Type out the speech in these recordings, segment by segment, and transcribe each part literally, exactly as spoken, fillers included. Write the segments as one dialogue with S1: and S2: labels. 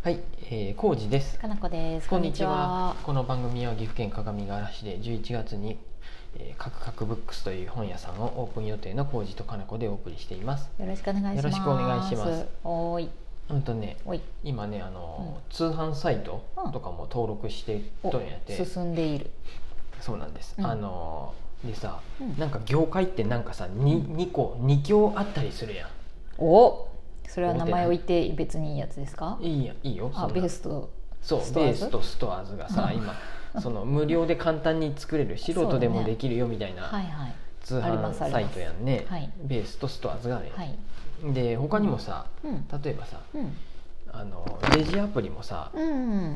S1: はい、えー、浩二です。
S2: かなこです。
S1: こんにちは。この番組は岐阜県各務原市でじゅういちがつに、えー、カクカクブックスという本屋さんをオープン予定の浩二とかなこでお送りしています。
S2: よろしくお願いします。
S1: よろしくお願いします。
S2: おーい。
S1: うんとね、
S2: おい
S1: 今ねあの、
S2: うん、
S1: 通販サイトとかも登録してとんやって、
S2: 進んでいる。
S1: そうなんです。うん、あのでさ、うん、なんか業界ってなんかさ 2, 2個に強あったりするやん。
S2: お、それは名前を言って別にいいやつですか？
S1: いいや、いいよ。
S2: あ、ベースと
S1: そう、ベースとストアーズがさ、今その無料で簡単に作れる、素人でもできるよみたいな通販サイトやんね。はい、ベースとストアーズがね、はい、で他にもさ、うん、例えばさ、うん、あのレジアプリもさ、うん、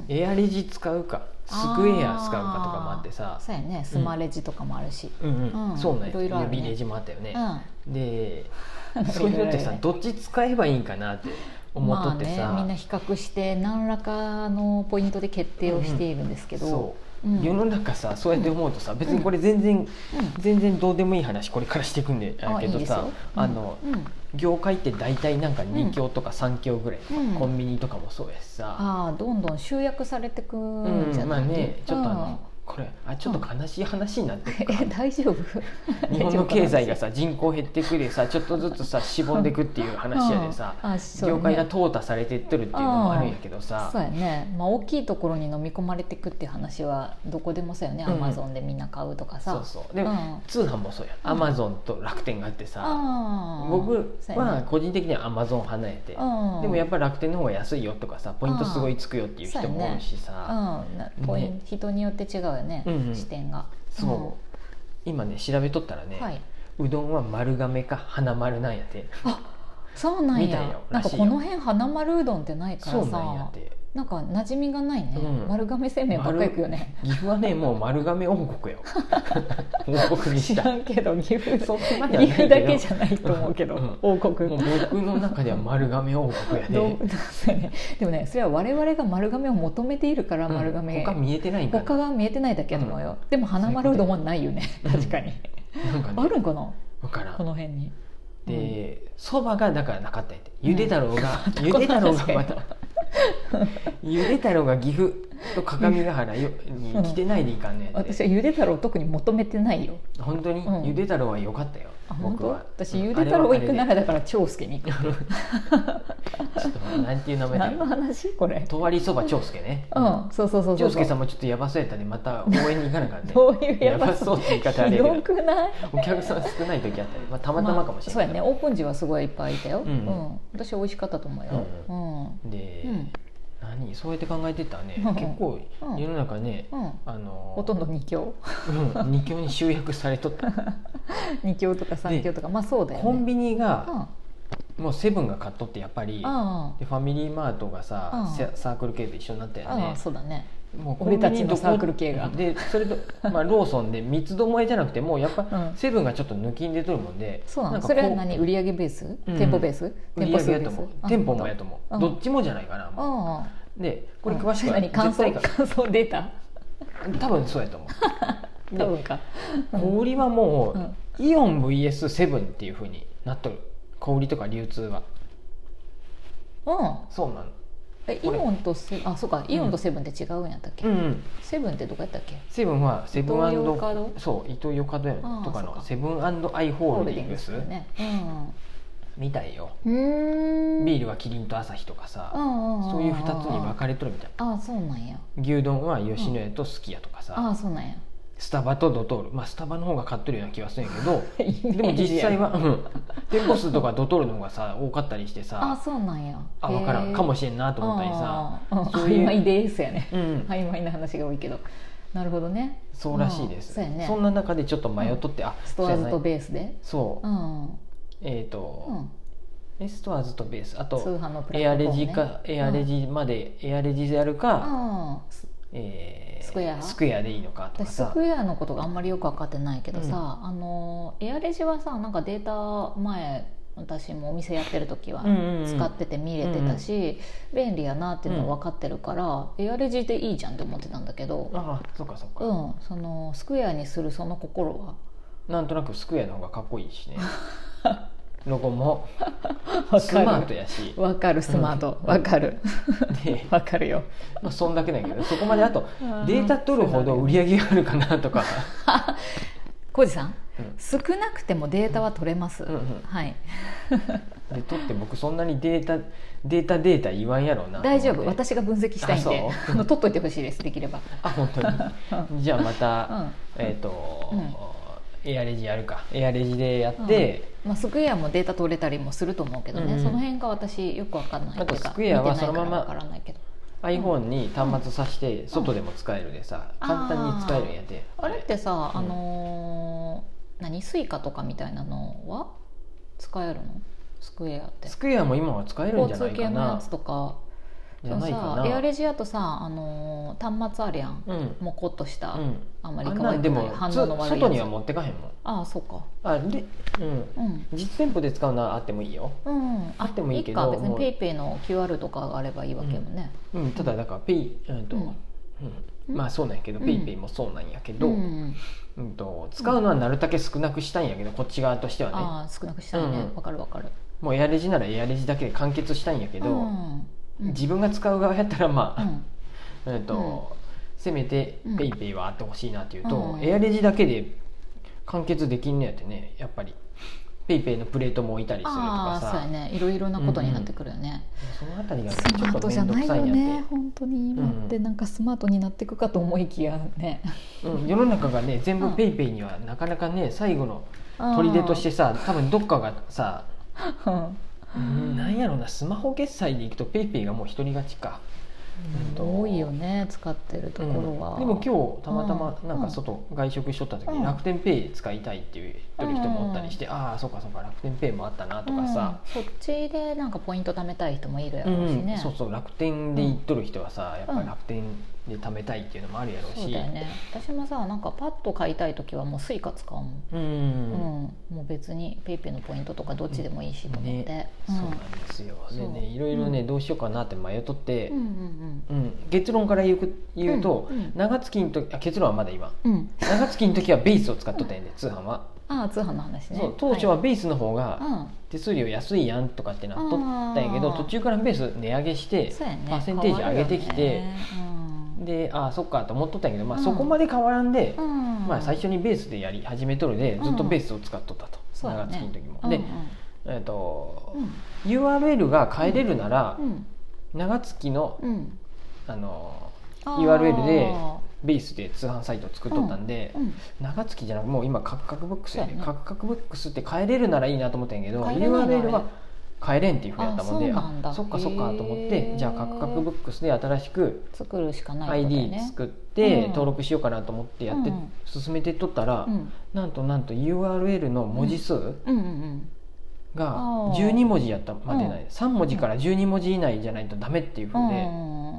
S1: エアレジ使うかスクエア使うかとかもあってさ、
S2: そうやね、スマレジとかもあるし、
S1: うんうんうん、そうなんや、ね、指レジもあったよね、うん、でそういうのってさ、どっち使えばいいんかなって思っとってさ、
S2: まあね、みんな比較して何らかのポイントで決定をしているんですけど、うんうん、そう、うん、
S1: 世の中さ、そうやって思うとさ、別にこれ全然、うん、全然どうでもいい話これからしていくんでやけどさ、あの、うん、業界って大体なんかに強とかさん強ぐらい、うん、コンビニとかもそうやしさ、
S2: あ、どんどん集約されてくんじゃない、
S1: うん、まあね、ちょっとあの、これあちょっと悲しい話になってるか、
S2: うん、え大丈夫
S1: 日本の経済がさ、人口減ってくでさ、ちょっとずつさしぼんでくっていう話やでさ、うん、ね、業界が淘汰されていってるっていうのもあるんやけどさ、
S2: そうやね、まあ、大きいところに飲み込まれていくっていう話はどこでもそうよね、アマゾンでみんな買うとかさ、
S1: そうそう、でも、うん、通販もそうや、アマゾンと楽天があってさ、うん、僕は個人的にはアマゾン派なんやて、うん、でもやっぱり楽天の方が安いよとかさ、ポイントすごいつくよっていう人も多いしさ、
S2: うん、ポイント、ね、人によって違うよね、うんうん、視点が。
S1: そう、うん、今ね調べとったらね、はい、うどんは丸亀か花丸なんやて。
S2: あ、そうなんや。なんかこの辺花丸うどんってないからさ、そうなんやって、なんか馴染みがないね、うん、丸亀製麺ばっかり行くよね。
S1: 岐阜はねもう丸亀王国よ王国にした。
S2: 知らんけど岐阜そ岐阜だけじゃないと思うけど、うん、王国
S1: もう僕の中では丸亀王国やね
S2: でもね、それは我々が丸亀を求めているから丸亀、うん、
S1: 他見えてないんかな、
S2: 他が見えてないだけだと思うよ、うん、でも花丸うどんはないよね、確かに、うん、なんかね、あるんかな、分からん、この辺に。
S1: でそば、うん、がだからなかったんやて、ゆで太郎が、うん、ゆで太郎がまたゆで太郎が岐阜と各務原に来てないでいかんねん、
S2: うん、私はゆで太郎特に求めてないよ。
S1: 本当に、うん、ゆで太郎は良かったよ、僕は。
S2: 私ゆで太郎行くならだから長介に行くちょ
S1: っとなんていう名前だよ、
S2: 何の話これ、
S1: とわりそば長介ね、
S2: うん、そうそうそうそう、
S1: 長介さんもちょっとヤバそうやったね、また応援に行かなかったね
S2: どういうヤバ
S1: そうって言い方あれやけど、
S2: ひどくない？
S1: お客さん少ない時あったり、まあ、たまたまかもしれない、
S2: まあ、そうやね、オープン時はすごいいっぱいいたよ、うんうん、私は美味しかったと思うよ、うん
S1: うん、で、うん、何そうやって考えてたらね、うん、結構世の中ね、うん、あの
S2: ほとんどに強、
S1: うん、に強に集約されとった
S2: に強とかさん強とか、まあそうだよね。
S1: コンビニが、うん、もうセブンが買っとってやっぱり、うん、でファミリーマートがさ、うん、サークル系と一緒になったよね、
S2: うん、そうだね、
S1: もう
S2: 俺たちのサークル系が
S1: で、それと、まあ、ローソンで三つどもえじゃなくてもうやっぱ、うん、セブンがちょっと抜きに出とるもんで、
S2: そうなの、それは何、売上ベース、うん、店舗ベース、
S1: 売上やと思う、店舗もやと思う、どっちもじゃないかな、もうでこれ詳しくは、
S2: うん、感想感想データ
S1: 多分そうやと思う
S2: 多分か、
S1: 小売りはもう、うん、イオン ブイエス セブンっていう風になっとる、小売りとか流通は。
S2: うん、
S1: そうなの。
S2: えイオンとセあそうか、イオンとセブンって違うんやったっけ、うんうん、セブンってどこやったっけ、
S1: セブンはセブン&そうイトーヨーカドーとかのセブン&アイ・ホールディングス、ね、うん、みたいよ。ビールはキリンとアサヒとかさ、そういうふたつに分かれとるみたいな。
S2: あ、そうなんや。
S1: 牛丼は吉野家とすき家とかさ、
S2: あ、そうなんや。
S1: スタバとドトール、まあスタバの方が買ってるような気はするんやけどでも実際は、うん、店舗数とかドトールの方がさ多かったりしてさ、
S2: あ、そうなんや、
S1: あ、分からんかもしれんなと思ったりさ、
S2: 曖昧ですやね、うん、曖昧な話が多いけど、なるほどね、
S1: そうらしいです。そうやね、そんな中でちょっと迷っとって、うん、あ、
S2: ストアーズとベースで、
S1: そう、うん、えっ、ー、と、うん、ストアーズとベース、あとエアレジか、エアレジまで、うん、エアレジでやるか、うん、えー、スクエアスクエアでいいのかとかさ、
S2: スクエアのことがあんまりよく分かってないけどさ、うん、あのエアレジはさ、なんかデータ前私もお店やってる時は使ってて見れてたし、うんうんうん、便利やなっていうのは分かってるから、うん、エアレジでいいじゃんって思ってたんだけど、
S1: ああ、そうかそうか、
S2: うん、そのスクエアにするその心は
S1: なんとなくスクエアの方がかっこいいしねロゴもスマートやし、
S2: わかる、スマートわ、うん、かるでわかるよ、
S1: まあ、そんだけだけど、そこまであとデータ取るほど売り上げがあるかなとか
S2: 浩二さん、うん、少なくてもデータは取れます、うんうん、はい
S1: で取って僕そんなにデータデータデータ言わんやろうな。
S2: 大丈夫、私が分析したいんであの取っといてほしいです、できれば。
S1: あ、本当にじゃあまた、うん、えっ、ー、と、うんエアレジやるか、エアレジでやって、
S2: うんまあ、スクエアもデータ取れたりもすると思うけどね、うん、その辺が私よく分かんないけど、
S1: あとスクエアはそのまま iPhone に端末さして外でも使えるでさ、うん、簡単に使えるんやで。
S2: あれってさ、あのー、何スイカとかみたいなのは使えるの？スクエアって。
S1: スクエアも今は使えるんじゃないかな。
S2: 交通系のやつとかじゃないかな。エアレジやとさ、あのー、端末あるやん、うん、もこっとした、うん、あんまり可愛くない反応の悪いやつ。
S1: 外には持ってかへんもん。
S2: ああ、そうか。
S1: あで、うんうん、実店舗で使うのはあってもいいよ、うん、あってもいいけど、
S2: いいか、別にペイペイの キューアール とかがあればいいわけもね、
S1: うんうん、ただだからペイ、うんとうんうん、まあそうなんやけど、うん、ペイペイもそうなんやけど、うんうんと使うのはなるだけ少なくしたいんやけど、こっち側としてはね。あ
S2: 少なくしたいね、わ、うん、かるわかる。
S1: もうエアレジならエアレジだけで完結したいんやけど、うんうん、自分が使う側やったらまあ、うんうんとうん、せめてペイペイはあってほしいなっていうと、うん、エアレジだけで完結できんのやってね、やっぱりペイペイのプレートも置いたりするとかさ、
S2: あそうやね、いろいろなことになってくるよね、
S1: うんうん、そのあたりが、ね、
S2: スマートじゃないよね本当に今って。なんかスマートになっていくかと思いきやね、
S1: うん、世の中がね全部ペイペイにはなかなかね最後の砦としてさ、多分どっかがさうん、なんやろうな、スマホ決済でいくとペイペイがもう一人勝ちか、
S2: うん、多いよね使ってるところは、
S1: うん、でも今日たまたまなんか外外食しとった時に楽天ペイ使いたいっていう人もおったりして、うん、ああそうかそうか楽天ペイもあったなとかさ、
S2: うん、そっちでなんかポイント貯めたい人もいるやろうしね、
S1: うん、そうそう楽天で行っとる人はさ、やっぱり楽天で貯めたいっていうのもあるやろうし、
S2: そうだよね。私もさなんかパッと買いたい時はもうスイカ使うもん、うん、うん、もう別にペイペイのポイントとかどっちでもいいしと思って、ね
S1: うん、そうなんですよ。でねいろいろね、うん、どうしようかなって迷っとって、うんうんうんうん、結論から言う、言うと、うんうん、長月の時あ結論はまだ今、うん、長月の時はベースを使っとったんやで、通販は。
S2: ああ通販の話ね。
S1: そう当初はベースの方が手数料安いやんとかってなっとったんやけど、途中からベース値上げして、ね、パーセンテージ上げてきて、でああそっかと思っとったんやけど、まあ、そこまで変わらんで、うんまあ、最初にベースでやり始めとるでずっとベースを使っとったと、うん、長月の時も、ね、で、うんうんえーとうん、ユーアールエル が変えれるなら、うん、長月の、うん、あの ユーアールエル でベースで通販サイトを作っとったんで、うんうん、長月じゃなくもう今カクカクブックスやね、カクカクブックスって変えれるならいいなと思ったんやけど ユーアールエル は変えれんっていうふうやったもんで、 あ, あそっかそっかと思って、じゃあカクカクブックスで新しく
S2: 作るしかない、ね、
S1: アイディー 作って登録しようかなと思ってやって、うん、進めてとったら、うん、なんとなんと ユーアールエル の文字数がじゅうにもじやったまでない、うん、さんもじからじゅうにもじ以内じゃないとダメっていうふうで、うん、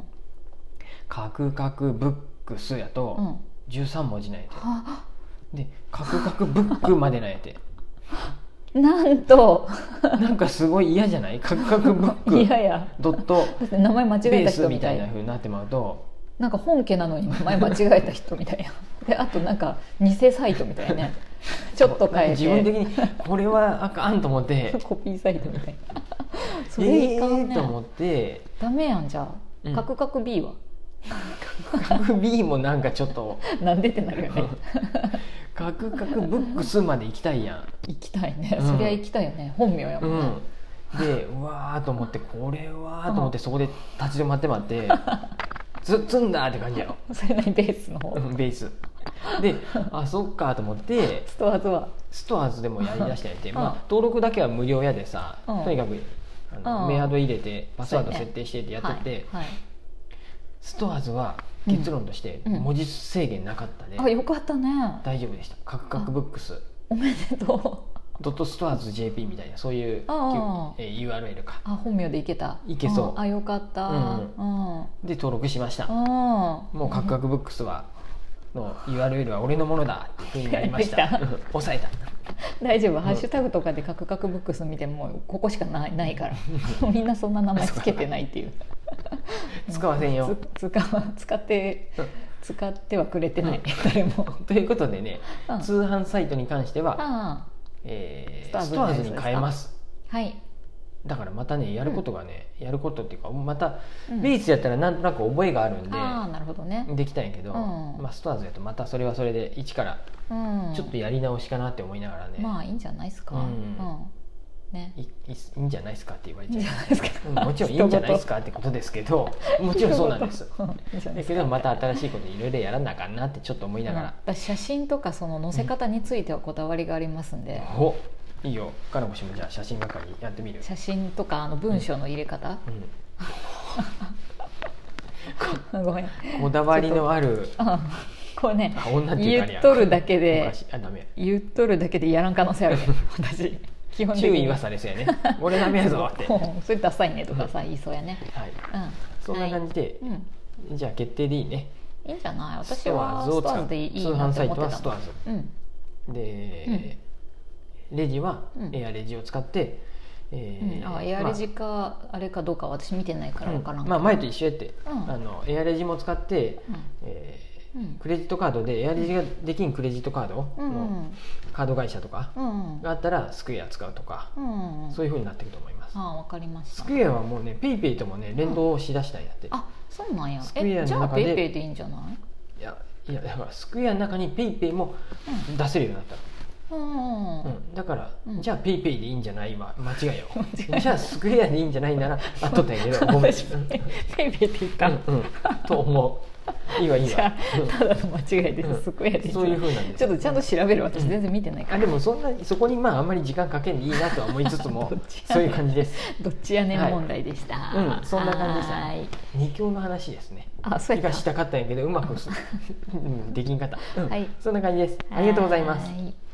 S1: カクカクブックスやとじゅうさんもじなんやて、うん、でカクカクブックまでなんやて
S2: なんと
S1: なんかすごい嫌じゃない？カクカクブック
S2: いやいや
S1: ドット
S2: 名前間違えた人
S1: みたいな風になってまうと、
S2: なんか本家なのに名前間違えた人みたいなであとなんか偽サイトみたいなねちょっと変えて
S1: 自分的にこれはあかんと思って
S2: コピーサイトみたいなそれいかんね、
S1: えー、と思って
S2: ダメやんじゃあ、うん、カクカク B は
S1: カクカク B もなんかちょっと
S2: なんでってなるよね
S1: カクカクブックスまで行きたいやん。
S2: 行きたいね、うん、そりゃ行きたいよね、本名やもんね、
S1: うん、でうわーと思ってこれはーと思ってそこで立ち止まって待ってつつんだって感じやろ。
S2: それ何ベースの方、
S1: うん、ベースであそっかと思って
S2: ストアーズは
S1: ストアーズでもやりだしてやって、まあ、登録だけは無料やでさ、うん、とにかくあのメアド入れてパスワード設定してってやってて、ねはいはい、ストアーズは結論として文字数制限なかったで、うんうん、
S2: あよかったね、
S1: 大丈夫でした。カクカクブックス
S2: おめでとう
S1: ドットストアーズ ジェーピー みたいなそういう、えー、ユーアールエル か
S2: あ本名でいけた
S1: いけそう
S2: あよかった、うん
S1: うん、で登録しました。もうカクカクブックスはの ユーアールエル は俺のものだっていうふうになりました抑えた
S2: 大丈夫、うん、ハッシュタグとかでカクカクブックス見てもここしかない、ないからみんなそんな名前つけてないっていう
S1: 使わせんよ
S2: つ使使って使ってはくれてない、うん、誰も
S1: ということでね、うん、通販サイトに関してはえー、ストアーズに変えます。
S2: はい。
S1: だからまたねやることがね、うん、やることっていうかまた、うん、ベースやったらなんとなく覚えがあるんで、
S2: あーなるほどね、
S1: できたんやけど、うんまあ、ストアーズやとまたそれはそれで一からちょっとやり直しかなって思いながらね、
S2: まあいいんじゃないですか、うんうんね、
S1: い, い, いいんじゃないですかって言われちゃう、もちろんいいんじゃないですかってことですけどもちろんそうなんですだけどまた新しいこといろいろやらなあかんなってちょっと思いながら、
S2: うん、写真とかその載せ方についてはこだわりがありますんで、
S1: うん、おいいよ、かなこしもじゃあ写真係やってみる。
S2: 写真とかあの文章の入れ方、うんうん、ごめん
S1: こだわりのある
S2: これね言っとるだけで言っとるだけでやらん可能性あるね私基本的に
S1: 注意はされそうやね俺ダメやぞって
S2: それダサいねとかさ言いそうやね、はい
S1: うん、そんな感じで、はいうん、じゃあ決定でいいね。
S2: いいんじゃない。私はストアーズでいいなって思ってたの。通販サイトはストアーズ、
S1: うん、で、うん、レジはエアレジを使って、うん
S2: えーうん、あエアレジか、まあ、あれかどうか私見てないから分からんけど、
S1: うんまあ、前と一緒やって、うん、あのエアレジも使って、うんえーうん、クレジットカードでエアレジができんクレジットカードのカード会社とかがあったらスクエア使うとか、うんうん、そういう風になっていくと思います。
S2: ああ分かりました。
S1: スクエアはもうねペイペイともね連動しだしたんやって、うん、
S2: あそうなんや。スクエアの中でじゃあペイペイでいいんじゃない。
S1: いやいやだからスクエアの中にペイペイも出せるようになったの、うんうん、だから、うん、じゃあペイペイでいいんじゃないは間違いよじゃあスクエアでいいんじゃないならあっとったんやけどごめん
S2: ペイペイって言った、うん
S1: うん、と思う。いいわいいわ
S2: ただの間違いです、うん、スクエアで
S1: そういう風なんです。
S2: ちょっとちゃんと調べる私全然見てないから、
S1: うん、あでもそんなそこにまああんまり時間かけんでいいなとは思いつつもそういう感じです。
S2: どっちやねん問題でした、
S1: はいうん、そんな感じでしたね。二強の話ですね。
S2: あそうやった。
S1: したかったんやけどうまくできんかった、うん
S2: はい、
S1: そんな感じです。ありがとうございます。
S2: はい。